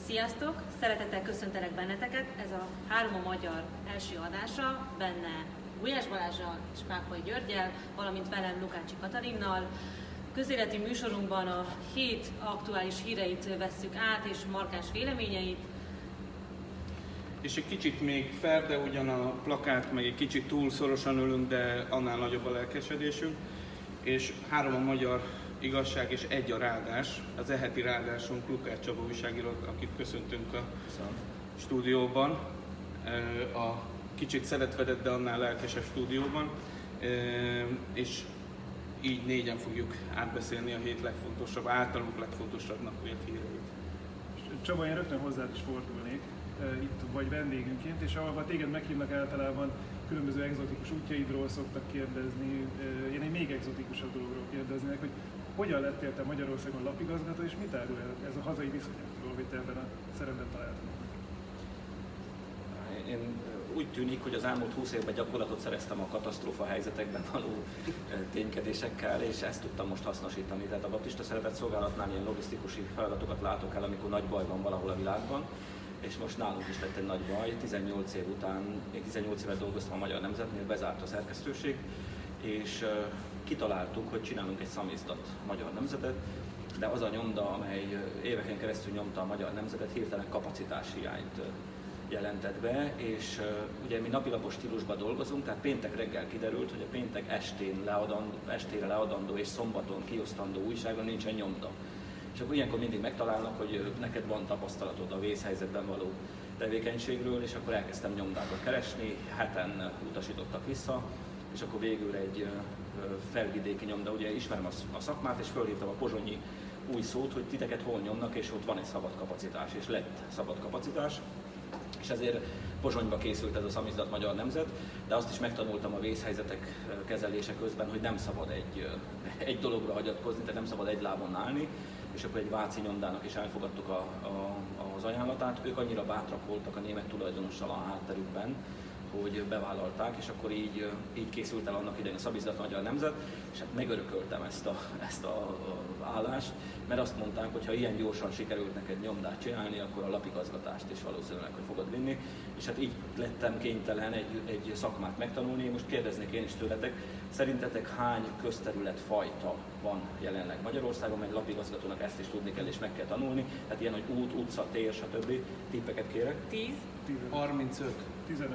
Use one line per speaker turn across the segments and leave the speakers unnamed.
Sziasztok! Szeretettel köszöntelek benneteket. Ez a Három a Magyar első adása, benne Gulyás Balázsral és Pápai Györggyel, valamint velem Lukácsi Katalinnal. Közéleti műsorunkban a hét aktuális híreit vesszük át, és markáns véleményeit.
És egy kicsit még fair, de ugyan a plakát meg egy kicsit túl szorosan ülünk, de annál nagyobb a lelkesedésünk. És három a magyar igazság és egy a rádás, az eheti rádásunk, Lukács Csaba újságíró, akit köszöntünk a stúdióban, a kicsit szeretvedett, de annál lelkesebb stúdióban, és így négyen fogjuk átbeszélni a hét legfontosabb, általunk legfontosabbnak vélt híreit.
Csaba, én rögtön hozzád is fordulnék, itt vagy vendégünként, és ahol téged meghívnak általában, különböző egzotikus útjaidról szoktak kérdezni, én egy még egzotikusabb dologról kérdeznék, hogy hogyan lettél te Magyarországon lapigazgató, és mit árul ez a hazai viszonyokról, hogy te ebben a szerepben találtad?
Én úgy tűnik, hogy az elmúlt 20 évben gyakorlatot szereztem a katasztrófa helyzetekben való ténykedésekkel, és ezt tudtam most hasznosítani. Tehát a baptista szeretetszolgálatnál ilyen logisztikusi feladatokat látok el, amikor nagy baj van valahol a világban, és most nálunk is lett egy nagy baj. 18 év után, még 18 évet dolgoztam a Magyar Nemzetnél, bezárt a szerkesztőség, és kitaláltuk, hogy csinálunk egy szamizdat Magyar Nemzetet, de az a nyomda, amely éveken keresztül nyomta a Magyar Nemzetet, hirtelen kapacitáshiányt jelentett be, és ugye mi napilapos stílusban dolgozunk, tehát péntek reggel kiderült, hogy a péntek estére leadandó és szombaton kiosztandó újságon nincsen nyomda. És akkor ilyenkor mindig megtalálnak, hogy neked van tapasztalatod a vészhelyzetben való tevékenységről, és akkor elkezdtem nyomdákat keresni, heten utasítottak vissza, és akkor végül egy felvidéki nyomda, ugye ismerem a szakmát, és fölhívtam a pozsonyi új szót, hogy titeket hol nyomnak, és ott van egy szabad kapacitás, és lett szabad kapacitás. És ezért Pozsonyba készült ez a szamizdat Magyar Nemzet, de azt is megtanultam a vészhelyzetek kezelése közben, hogy nem szabad egy dologra hagyatkozni, tehát nem szabad egy lábon állni, és akkor egy váci nyomdának is elfogadtuk az ajánlatát. Ők annyira bátrak voltak a német tulajdonossal a hátterükben, hogy bevállalták, és akkor így készült el annak idején a szamizdat Magyar Nemzet, és hát megörököltem ezt a állást, mert azt mondták, hogy ha ilyen gyorsan sikerült neked nyomdát csinálni, akkor a lapigazgatást is valószínűleg hogy fogod vinni, és hát így lettem kénytelen egy szakmát megtanulni. Most kérdeznék én is tőletek, szerintetek hány közterület fajta van jelenleg Magyarországon, mert lapigazgatónak ezt is tudni kell és meg kell tanulni, tehát ilyen, hogy út, utca, tér, stb. Tippeket kérek?
10?
35.
15.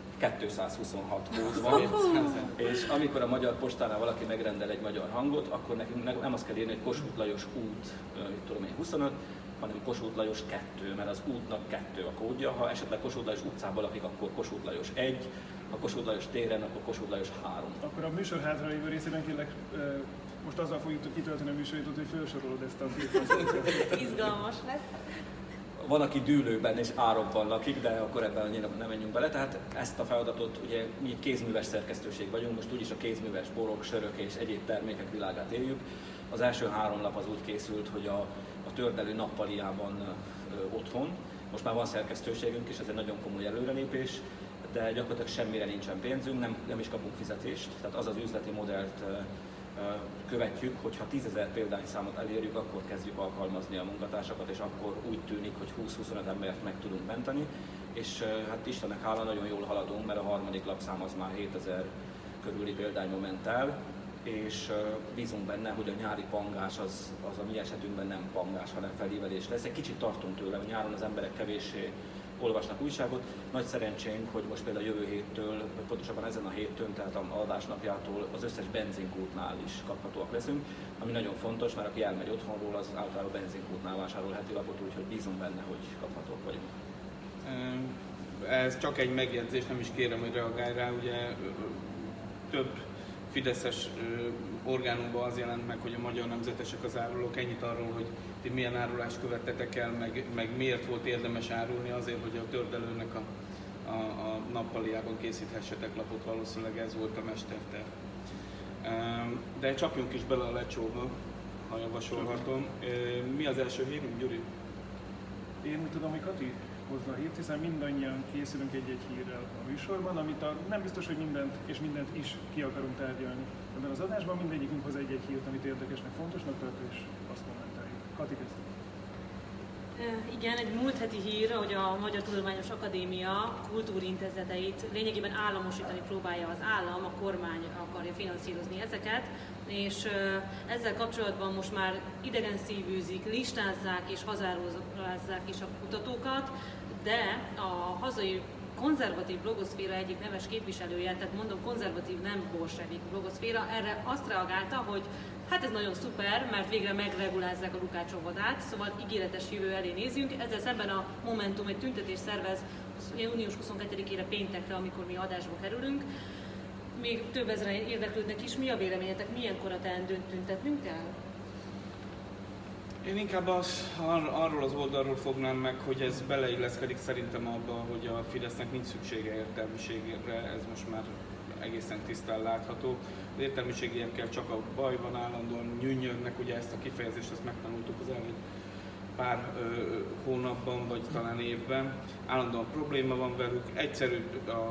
226 kód van, és amikor a Magyar Postánál valaki megrendel egy magyar hangot, akkor nekünk nem azt kell írni, hogy Kossuth Lajos út, 25, hanem Kossuth Lajos 2, mert az útnak 2 a kódja. Ha esetleg Kossuth Lajos utcában lakik, akkor Kossuth Lajos 1, ha Kossuth Lajos téren, akkor Kossuth Lajos 3.
Akkor a műsor hátralévő részében kérlek, most azzal fogjuk kitölteni a műsoridőt, hogy felsorolod ezt a két.
Izgalmas lesz.
Van, aki Dűlőben és Árokban lakik, de akkor ebben annyira nem menjünk bele. Tehát ezt a feladatot, ugye mi egy kézműves szerkesztőség vagyunk, most úgyis a kézműves borok, sörök és egyéb termékek világát éljük. Az első 3 lap az úgy készült, hogy a Tördelő nappaliában otthon. Most már van szerkesztőségünk, és ez egy nagyon komoly előrelépés, de gyakorlatilag semmire nincsen pénzünk, nem is kapunk fizetést. Tehát az az üzleti modellt követjük, hogy ha 10 000 példányszámot elérjük, akkor kezdjük alkalmazni a munkatársakat, és akkor úgy tűnik, hogy 20-25 embert meg tudunk menteni. És hát Istennek hála, nagyon jól haladunk, mert a 3. lapszám az már 7000 körüli példányban ment el, és bízunk benne, hogy a nyári pangás az a mi esetünkben nem pangás, hanem felívelés lesz. Egy kicsit tartunk tőle, hogy nyáron az emberek kevéssé olvasnak újságot. Nagy szerencsénk, hogy most például jövő héttől, vagy pontosabban ezen a héttől, tehát a adásnapjától az összes benzinkútnál is kaphatóak leszünk, ami nagyon fontos, mert aki elmegy otthonról, az általában benzinkútnál vásárol heti lapot, úgyhogy bízunk benne, hogy kaphatók vagyunk.
Ez csak egy megjegyzés, nem is kérem, hogy reagálj rá, ugye több fideszes orgánumban az jelent meg, hogy a magyar nemzetesek az árulók. Ennyit arról, hogy ti milyen árulást követtetek el, meg miért volt érdemes árulni, azért, hogy a Tördelőnek a nappaliában készíthessetek lapot, valószínűleg ez volt a mesterterv. De csapjunk is bele a lecsóba, ha javasolhatom. Mi az első hírünk, Gyuri?
Én úgy tudom, hogy Kati hozza a hírt, hiszen mindannyian készülünk egy-egy hírrel a műsorban, amit nem biztos, hogy mindent és mindent is ki akarunk tárgyalni. Ebben az adásban mindegyikünk hoz egy-egy hírt, amit érdekesnek, fontosnak tart, és azt kommentáljuk. Kati, kezdjük.
Igen, egy múlt heti hír, hogy a Magyar Tudományos Akadémia kultúrintézeteit lényegében államosítani próbálja az állam, a kormány akarja finanszírozni ezeket, és ezzel kapcsolatban most már idegen szívűzik, listázzák és hazározzák is a kutatókat, de a hazai konzervatív blogoszféra egyik neves képviselője, tehát mondom konzervatív, nem bolsevik blogoszféra, erre azt reagálta, hogy hát ez nagyon szuper, mert végre megregulázzák a Lukács óvodát, szóval ígéretes jövő elé nézünk. Ezzel szemben a Momentum egy tüntetést szervez június 22-ére péntekre, amikor mi adásba kerülünk. Még több ezeren érdeklődnek is. Mi a véleményetek? Milyen korateendőn tüntetnünk kell?
Én inkább arról az oldalról fognám meg, hogy ez beleilleszkedik szerintem abba, hogy a Fidesznek nincs szüksége értelmiségre, ez most már egészen tisztán látható. Az értelmiségiekkel csak a baj van, állandóan nyűnyögnek, ugye ezt a kifejezést ezt megtanultuk az elmúlt pár hónapban, vagy talán évben. Állandóan probléma van velük, egyszerű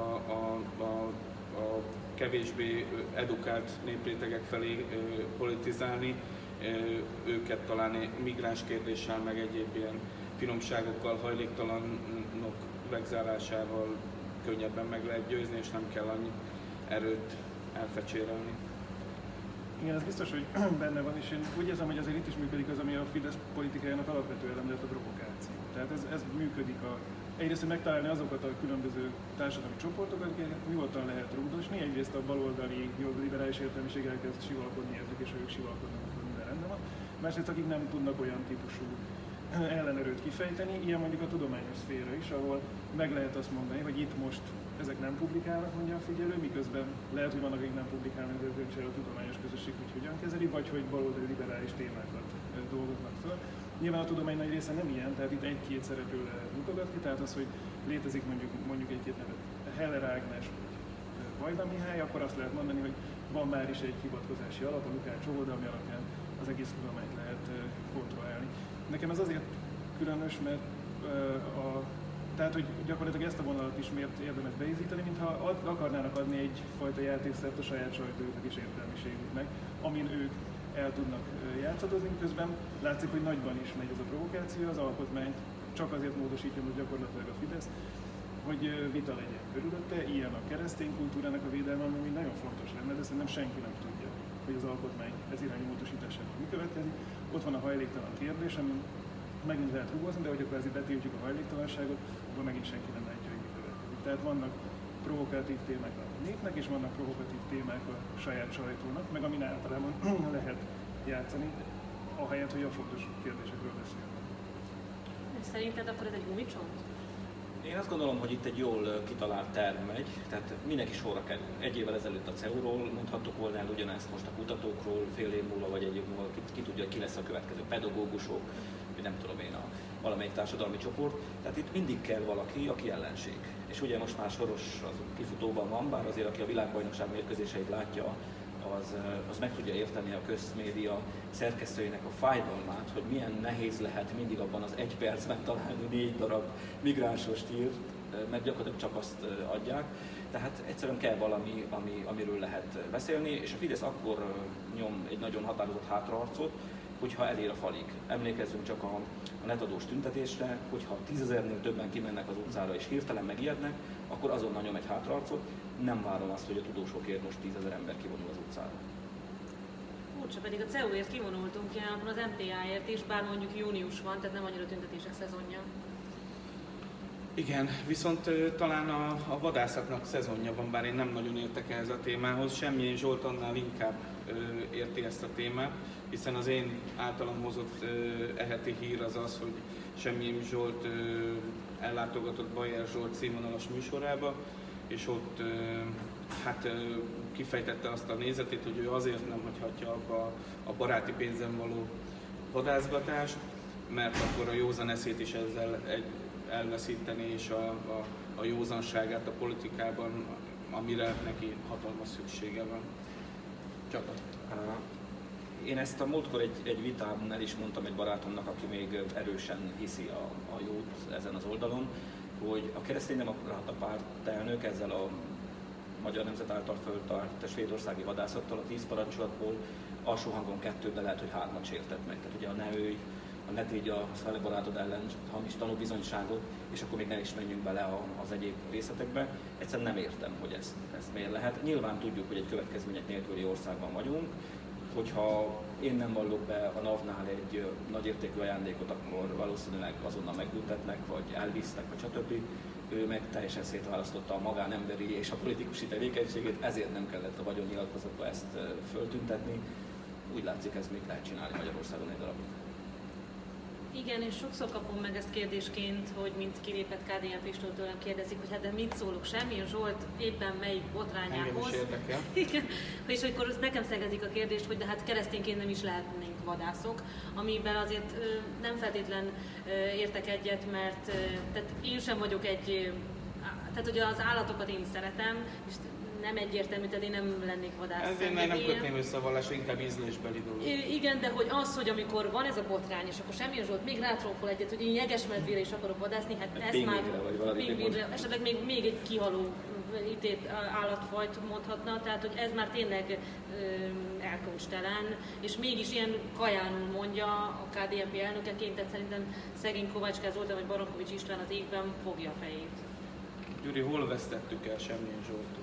a kevésbé edukált néprétegek felé politizálni, őket talán migráns kérdéssel, meg egyéb ilyen finomságokkal, hajléktalanok vegzálásával könnyebben meg lehet győzni, és nem kell annyi erőt elfecsérelni.
Igen, ez biztos, hogy benne van, és én úgy érzem, hogy azért itt is működik az, ami a Fidesz politikájának alapvető eleme, a provokáció. Tehát ez működik. Egyrészt, hogy megtalálni azokat a különböző társadalmi csoportokat, akiket nyugodtan lehet rúgdosni, egyrészt a baloldali, jobb liberális értelmiség elkezd sivalkodni ezek, és ők sivalkodnak, akkor minden rendben van. Másrészt, akik nem tudnak olyan típusú ellenerőt kifejteni, ilyen mondjuk a tudományos szféra is, ahol meg lehet azt mondani, hogy itt most ezek nem publikálnak, mondja a figyelő, miközben lehet, hogy vannak, akik nem publikálnak, de döntse a tudományos közösség, hogy hogyan kezeli, vagy hogy baloldali liberális témákat dolgoznak föl. Nyilván a tudomány nagy része nem ilyen, tehát itt egy-két szereplő lehet mutogatni, tehát az, hogy létezik mondjuk egy-két nevet Heller Ágnes, Vajda Mihály, akkor azt lehet mondani, hogy van már is egy hivatkozási alap, a Lukács óvoda, ami alapján az egész tudományt lehet kontrollálni. Nekem ez azért különös, mert tehát, hogy gyakorlatilag ezt a vonalat is miért érdemes beizítani, mintha akarnának adni egyfajta játékszert a saját sajtójuknak és értelmiségüknek, amin ők el tudnak játszadozni, közben látszik, hogy nagyban is megy ez a provokáció, az alkotmányt csak azért módosítja most gyakorlatilag a Fidesz, hogy vita legyen körülötte, ilyen a keresztény kultúrának a védelme, ami nagyon fontos lenne, de szerintem senki nem tudja, hogy az alkotmány ez irányú módosításában mi következik. Ott van a hajléktalan kérdés, ami megint lehet húgozni, de hogy akkor ezért betiltjuk a hajléktalanságot, akkor megint senki nem látja, hogy mi következik. Tehát vannak provokatív témák a népnek, és vannak provokatív témák a saját sajtónak, meg amin általában lehet játszani, ahelyett, hogy a fontos kérdésekről beszélünk.
Szerinted akkor ez egy gumicsont?
Én azt gondolom, hogy itt egy jól kitalált terv megy, tehát mindenki sorra kerül. Egy évvel ezelőtt a CEU-ról mondhattuk volna el ugyanezt most a kutatókról, fél év múlva vagy egy év múlva, ki tudja, ki lesz a következő pedagógusok, vagy nem tudom én, valamelyik társadalmi csoport. Tehát itt mindig kell valaki, aki ellenség. És ugye most már Soros az kifutóban van, bár azért aki a világbajnokság mérkőzéseit látja, az meg tudja érteni a közmédia szerkesztőjének a fájdalmát, hogy milyen nehéz lehet mindig abban az egy percben találni 4 darab migránsos hírt, mert gyakorlatilag csak azt adják. Tehát egyszerűen kell valami, amiről lehet beszélni, és a Fidesz akkor nyom egy nagyon határozott hátraarcot, hogyha elér a falig. Emlékezzünk csak a netadós tüntetésre, hogyha 10 000-nél többen kimennek az utcára és hirtelen megijednek, akkor azonnal nyom egy hátraarcot. Nem várom azt, hogy a tudósokért most 10 000 ember kivonul az utcára.
Furcsa, pedig a CEU-ért kivonultunk ilyen, az MTA-ért is, bár mondjuk június van, tehát nem annyira tüntetések szezonja.
Igen, viszont talán a vadászatnak szezonja van, bár én nem nagyon értek ehhez a témához. Semmilyen Zsolt annál inkább érti ezt a témát, hiszen az én általam hozott eheti hír az az, hogy Semmilyen Zsolt ellátogatott Bajer Zsolt színvonalas műsorába, és ott kifejtette azt a nézetét, hogy ő azért nem hagyhatja abba a baráti pénzen való vadászgatást, mert akkor a józan eszét is ezzel elveszíteni, és a józanságát a politikában, amire neki hatalmas szüksége van. Csapat.
Én ezt a múltkor egy vitában el is mondtam egy barátomnak, aki még erősen hiszi a jót ezen az oldalon, hogy a Kereszténydemokrata Párt elnök ezzel a Magyar Nemzet által föltárt svédországi vadászattal a 10 parancsolatból alsó hangon 2, de lehet, hogy 3-at sértett meg. Tehát ugye a ne őj, ne tégy a fele barátod ellen hamis tanúbizonyságot, és akkor még ne is menjünk bele az egyéb részletekbe. Egyszerűen nem értem, hogy ezt miért lehet. Nyilván tudjuk, hogy egy következmények nélküli országban vagyunk, hogyha én nem vallok be a NAV-nál egy nagyértékű ajándékot, akkor valószínűleg azonnal megbüntetnek, vagy elvisznek, vagy stb. Ő meg teljesen szétválasztotta a magánemberi és a politikusi tevékenységét, ezért nem kellett a vagyonnyilatkozatba ezt föltüntetni. Úgy látszik, ez még lehet csinálni Magyarországon egy darabig.
Igen, és sokszor kapom meg ezt kérdésként, hogy mint kilépett KDNP-stől tőlem kérdezik, hogy hát de mit szólok, semmilyen Zsolt éppen melyik botrányához.
Engem is érdekel.
Igen, és akkor nekem szegezik a kérdést, hogy de hát keresztényként nem is lehetnénk vadászok, amiben azért nem feltétlen értek egyet, mert tehát én sem vagyok tehát hogy az állatokat én szeretem, és nem egyértelmű, tehát én nem lennék vadász.
Ezért nem kötném össze a vallás, inkább ízlésbeli dolog.
Igen, de hogy amikor van ez a botrány, és akkor semmilyen Zsolt még rátrófol egyet, hogy én jegesmedvére is akarok vadászni, hát ez már pingvinre, esetleg még egy kihaló állatfajt mondhatna, tehát hogy ez már tényleg erkölcstelen, és mégis ilyen kajánul mondja a KDNP elnökeként, tehát szerintem szegény Kovácskás Zoltán vagy Barankovics István az égben fogja a fejét.
Gyuri, hol vesztettük el semmilyen Zsoltot?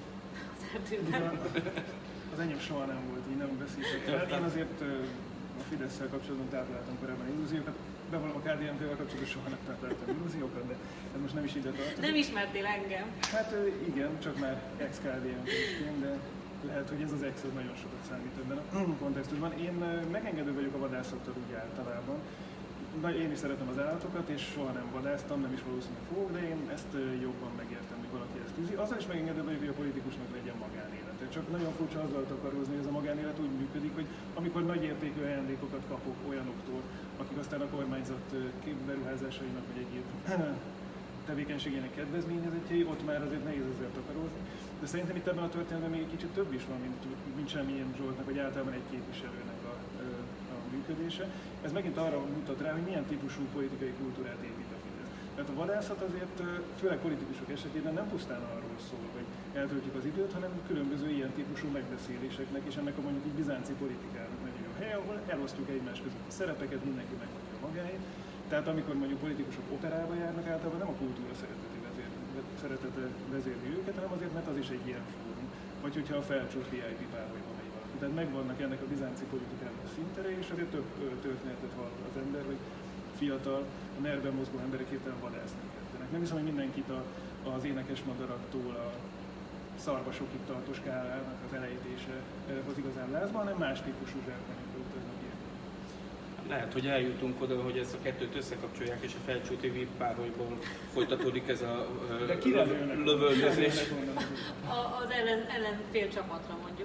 Az enyém soha nem volt, így nem beszéltek el. Én azért a Fidesz-szel kapcsolatban tápláltam korábban illúziókat. Bevallom, a KDNP-vel kapcsolatban soha nem tápláltam illúziókat, de ez most nem is ide tartozik.
Nem ismertél engem?
Hát igen, csak már ex-KDNP-sként, de lehet, hogy ez az ex nagyon sokat számít ebben a kontextusban. Én megengedő vagyok a vadászattal úgy általában. Én is szeretem az állatokat, és soha nem vadásztam, nem is valószínűleg fogok, de én ezt jobban megértem, hogy valaki ezt tűzi. Azzal is megengedő vagyok, hogy a politikusnak legyen magánélete. Csak nagyon furcsa azzal takarózni, hogy ez a magánélet úgy működik, hogy amikor nagyértékű ajándékokat kapok olyanoktól, akik aztán a kormányzat beruházásainak vagy egyéb tevékenységének kedvezményezettjei, ott már azért nehéz ezzel takarózni. De szerintem itt ebben a történetben még egy kicsit több is van, mint semmilyen Zsoltnak, vagy általában egy képviselőnek a működése. Ez megint arra mutat rá, hogy milyen típusú politikai kultúrát épít a Fidesz. Mert a vadászat azért, főleg politikusok esetében nem pusztán arról szól, hogy eltöltjük az időt, hanem különböző ilyen típusú megbeszéléseknek, és ennek a mondjuk egy bizánci politikának nagyon jó hely, ahol elosztjuk egymás között a szerepeket, mindenki megkapja magáét. Tehát amikor mondjuk politikusok operába járnak, általában nem a kultúra szeretete vezérli őket, hanem azért, mert az is egy ilyen fórum. Vagy hogyha a felcsút VIP páholyban megy valaki. Tehát megvannak ennek a bizánci politikának a szintere, és azért több történetet hall az ember, hogy fiatal, a nervben mozgó emberek hirtelen vadászni kezdenek. Nem hiszem, hogy mindenkit az énekes madaraktól a szarvasokig tartó skálának az elejtése az igazán lázba, hanem más típusú zsákmányokra utaznak ilyen.
Lehet, hogy eljutunk oda, hogy ezt a kettőt összekapcsolják, és a Felcsúti VIP páholyban folytatódik ez a lövöldözés.
Az ellenfél csapatra mondjuk.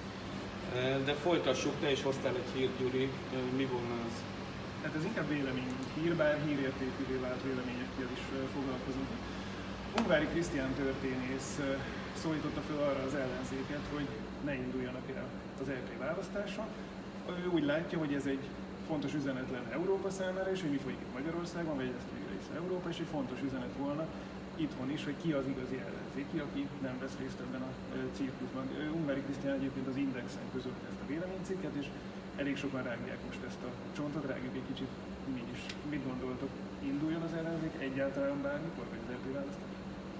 De folytassuk, te is hoztál egy hírt, Gyuri, mi volna az?
Hát ez inkább vélemény hír, bár hírértékűvé vált véleményekkel is foglalkozunk. Ungvári Krisztián történész szólította fel arra az ellenzéket, hogy ne induljanak el az EP választáson. Ő úgy látja, hogy ez egy fontos üzenet lenne Európa számára, és hogy mi folyik itt Magyarországon, vagy ezt végre is Európa, és egy fontos üzenet volna itthon is, hogy ki az igazi ellenzék, ki, aki nem vesz részt ebben a cirkuszban. Ungvári Krisztián egyébként az Indexen közölte ezt a véleménycikket, és elég sokan rágják most ezt a csontot, rágjuk egy kicsit mi is. Mit gondoltok? Induljon az ellenzék egyáltalán bármikor, vagy az EP választás?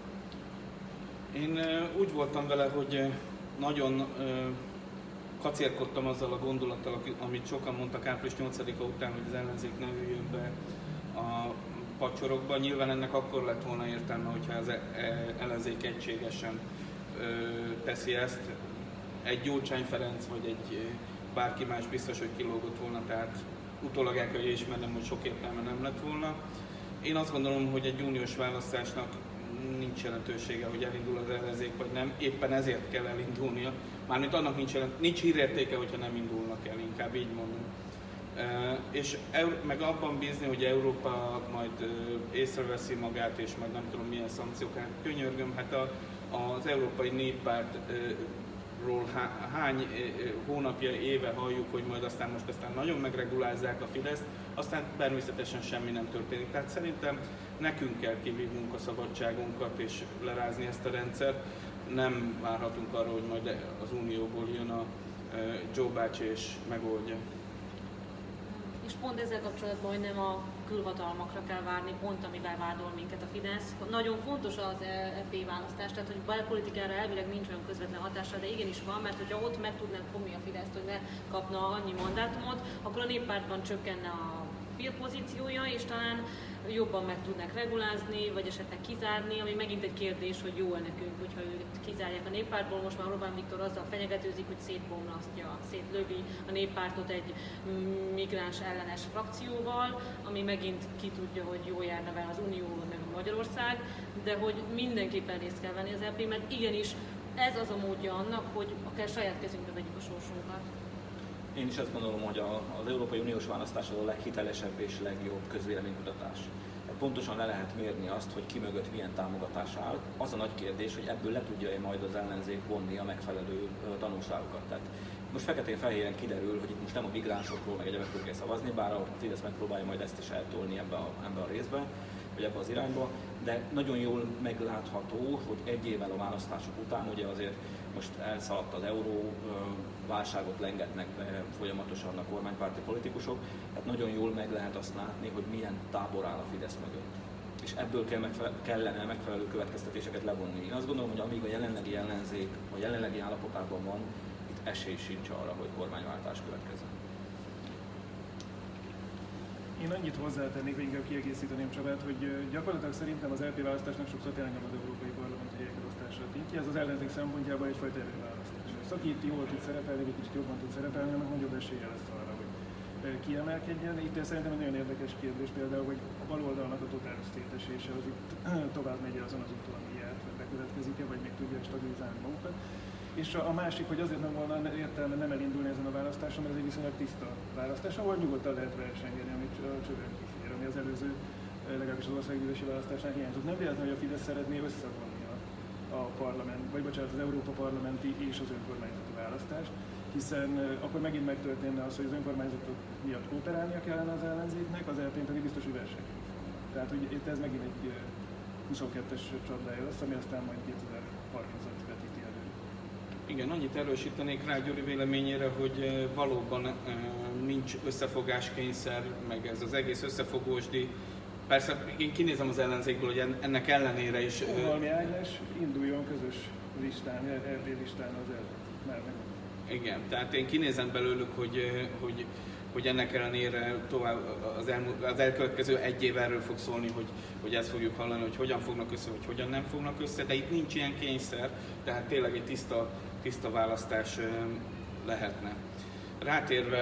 Én úgy voltam vele, hogy nagyon kacérkodtam azzal a gondolattal, amit sokan mondtak április 8-a után, hogy az ellenzék ne üljön be a pacsorokba. Nyilván ennek akkor lett volna értelme, hogyha az ellenzék egységesen teszi ezt. Egy Gyurcsány Ferenc vagy egy bárki más biztos, hogy kilógott volna, tehát utólag el kell ismernem, hogy sok értelme nem lett volna. Én azt gondolom, hogy egy uniós választásnak nincs jelentősége, hogy elindul az ellenzék, vagy nem. Éppen ezért kell elindulnia. Mármint annak nincs hírértéke, hogyha nem indulnak el, inkább így mondom. És meg abban bízni, hogy Európa majd észreveszi magát, és majd nem tudom milyen szankciókat. Könyörgöm, hát az Európai Néppártról hány hónapja, éve halljuk, hogy majd aztán nagyon megregulázzák a Fideszt, aztán természetesen semmi nem történik. Tehát szerintem nekünk kell kivívnunk a szabadságunkat és lerázni ezt a rendszert. Nem várhatunk arra, hogy majd az Unióból jön a Joe bácsi és megoldja.
és pont ezzel kapcsolatban, hogy nem a külhatalmakra kell várni, pont amivel vádol minket a Fidesz. Nagyon fontos az EP választás, tehát hogy belpolitikára elvileg nincs olyan közvetlen hatása, de igenis van, mert hogyha ott meg tudnánk fogni a Fideszt, hogy ne kapna annyi mandátumot, akkor a Néppártban csökkenne a pozíciója, és talán jobban meg tudnak regulázni, vagy esetleg kizárni, ami megint egy kérdés, hogy jó-e nekünk, hogyha őt kizárják a Néppártból. Most már Orbán Viktor azzal fenyegetőzik, hogy szétbomlasztja, szétlövi a Néppártot egy migráns ellenes frakcióval, ami megint ki tudja, hogy jól járna vele az Unió, meg a Magyarország, de hogy mindenképpen részt kell venni az EP, mert igenis ez az a módja annak, hogy akár saját kezünkbe vegyük a sorsunkat.
Én is azt gondolom, hogy az Európai Uniós választás az a leghitelesebb és legjobb közvéleménykutatás. Pontosan le lehet mérni azt, hogy ki mögött milyen támogatás áll. Az a nagy kérdés, hogy ebből le tudja-e majd az ellenzék vonni a megfelelő tanulságokat. Tehát most feketén-fehéren kiderül, hogy itt most nem a migránsokról, meg egyebekről kell szavazni, bár a Fidesz megpróbálja majd ezt is eltolni ebbe a részbe, vagy ebbe az irányba, de nagyon jól meglátható, hogy egy évvel a választások után, ugye azért most elszaladt az euró, válságot lengetnek be folyamatosan a kormánypárti politikusok, tehát nagyon jól meg lehet azt látni, hogy milyen tábor áll a Fidesz mögött. És ebből kellene megfelelő következtetéseket levonni. Én azt gondolom, hogy amíg a jelenlegi ellenzék a jelenlegi állapotában van, itt esély sincs arra, hogy kormányváltás következzen.
Én annyit hozzátennék, vagy inkább kiegészíteném Csabát, hogy gyakorlatilag szerintem az LP választásnak sokszor tényleg az európai parlamenti helyek elosztásra tétje. Ez az ellenzék szempontjából egyfajta erőválasztás. Az, aki itt jól tud szerepelni, vagy kicsit jobban tud szerepelni, annak nagyobb esélye lesz arra, hogy kiemelkedjen. Itt szerintem egy nagyon érdekes kérdés például, hogy a baloldalnak a totális szétesése az itt tovább megy azon az úton, ami járt, bekövetkezik-e, vagy még tudja stabilizálni magukat. És a másik, hogy azért nem volna értelme nem elindulni ezen a választáson, mert ez egy viszonylag tiszta választás, ahol nyugodtan lehet versenyelni, amit a csövön kísér, ami az előző, legalábbis az országgyűlési választásnál hiányzott. Nem véletlen, hogy a Fidesz szeretné összevonni a parlament, vagy bocsánat, az Európa parlamenti és az önkormányzati választást, hiszen akkor megint megtörténne az, hogy az önkormányzatok miatt kooperálnia kellene az ellenzéknek, az LP-n pedig biztos, hogy verseny. Tehát, hogy itt ez megint egy 22-es csapdája lesz, ami aztán majd 2035 vetíti elő.
Igen, annyit erősítenék rá Gyuri véleményére, hogy valóban nincs összefogáskényszer, meg ez az egész összefogósdi. Persze én kinézem az ellenzékből, hogy ennek ellenére is...
Óvalmi Ágnes induljon közös listán, RD listán az már meg.
Igen, tehát én kinézem belőlük, hogy ennek ellenére tovább az elkövetkező egy év erről fog szólni, hogy ezt fogjuk hallani, hogy hogyan fognak össze, vagy hogyan nem fognak össze, de itt nincs ilyen kényszer, tehát tényleg egy tiszta választás lehetne. Rátérve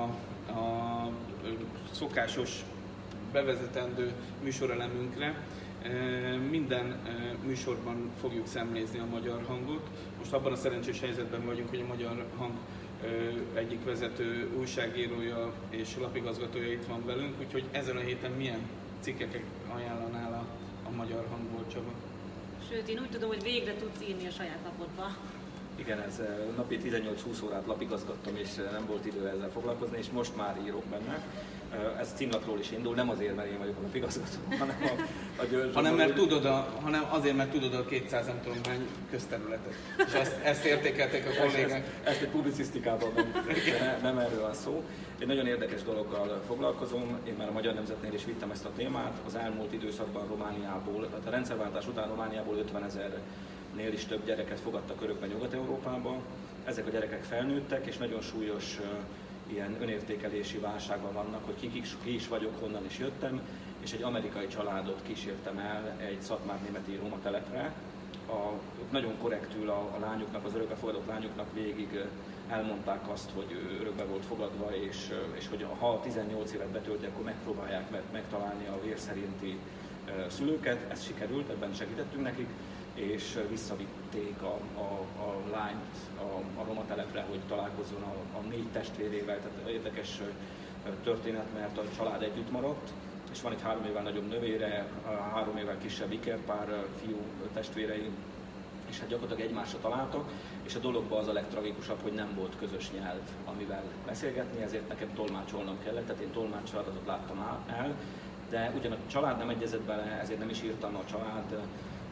a szokásos bevezetendő műsorelemünkre, minden műsorban fogjuk szemlézni a Magyar Hangot. Most abban a szerencsés helyzetben vagyunk, hogy a Magyar Hang egyik vezető újságírója és lapigazgatója itt van velünk, úgyhogy ezen a héten milyen cikkeket ajánlanál a Magyar Hangból, Csaba?
Sőt, én úgy tudom, hogy végre tudsz írni a saját lapodba.
Igen, ez napi 18-20 órát lapigazgattam, és nem volt idő ezzel foglalkozni, és most már írok benne. Ez címlapról is indul, nem azért, mert én vagyok a lapigazgató, hanem a György.
hanem azért, mert tudod a 200 nem tudom hány közterületet. És ezt értékelték a kollégák.
Ezt egy publicisztikában nem erről van szó. Egy nagyon érdekes dologgal foglalkozom, én már a Magyar Nemzetnél is vittem ezt a témát. Az elmúlt időszakban Romániából, tehát a rendszerváltás után Romániából 50 000-nél is több gyereket fogadtak örökbe Nyugat-Európába. Ezek a gyerekek felnőttek, és nagyon súlyos ilyen önértékelési válságban vannak, hogy ki is vagyok, honnan is jöttem, és egy amerikai családot kísértem el egy szatmárnémeti roma telepre. Nagyon korrektül a lányuknak, az örökbefogadott lányuknak végig elmondták azt, hogy örökbe volt fogadva, és hogy ha 18 évet betölti, akkor megpróbálják megtalálni a vér szerinti szülőket. Ez sikerült, ebben segítettünk nekik, és visszavitték a lányt a roma telepre, hogy találkozzon a 4 testvérével. Tehát érdekes történet, mert a család együtt maradt, és van egy 3 évvel nagyobb nővére, 3 évvel kisebb ikerpár fiú testvérei, és hát gyakorlatilag egymásra találtak, és a dologban az a legtragikusabb, hogy nem volt közös nyelv, amivel beszélgetni, ezért nekem tolmácsolnom kellett, tehát én tolmácsfeladatot láttam el, de ugyan a család nem egyezett bele, ezért nem is írtam a család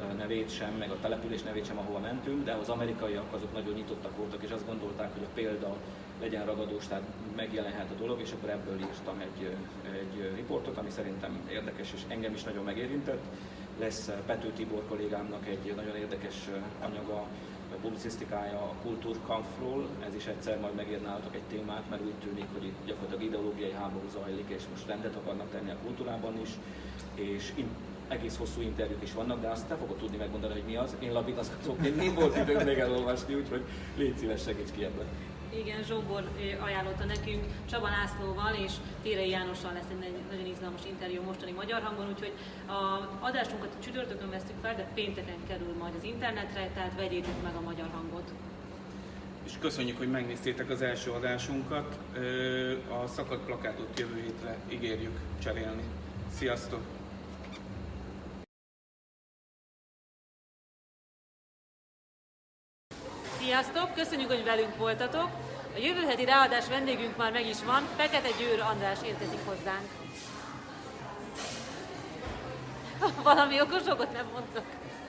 nevét sem, meg a település nevét sem, ahova mentünk, de az amerikaiak azok nagyon nyitottak voltak, és azt gondolták, hogy a példa legyen ragadós, tehát megjelenhet a dolog, és akkor ebből írtam egy riportot, ami szerintem érdekes, és engem is nagyon megérintett. Lesz Pető Tibor kollégámnak egy nagyon érdekes anyaga, publicisztikája a Kulturkampfról, ez is egyszer majd megírnálatok egy témát, mert úgy tűnik, hogy itt gyakorlatilag ideológiai háború zajlik, és most rendet akarnak tenni a kultúrában is, és egész hosszú interjúk is vannak, de azt te fogod tudni megmondani, hogy mi az. Én lapítozgatok, nem volt időm még elolvasni, úgyhogy légy szíves, segíts ki ebben.
Igen, Zsombor ajánlotta nekünk Csaba Lászlóval és Térei Jánossal lesz egy nagyon izgalmas interjú mostani Magyar Hangon, úgyhogy a adásunkat csütörtökön vesztük fel, de pénteken kerül majd az internetre, tehát vegyétek meg a Magyar Hangot.
És köszönjük, hogy megnéztétek az első adásunkat. A szakadt plakátot jövő hétre ígérjük cserélni. Sziasztok!
Sziasztok! Köszönjük, hogy velünk voltatok! A jövő heti ráadás vendégünk már meg is van, Fekete Győr András érkezik hozzánk. Valami okos dolgot nem mondtak.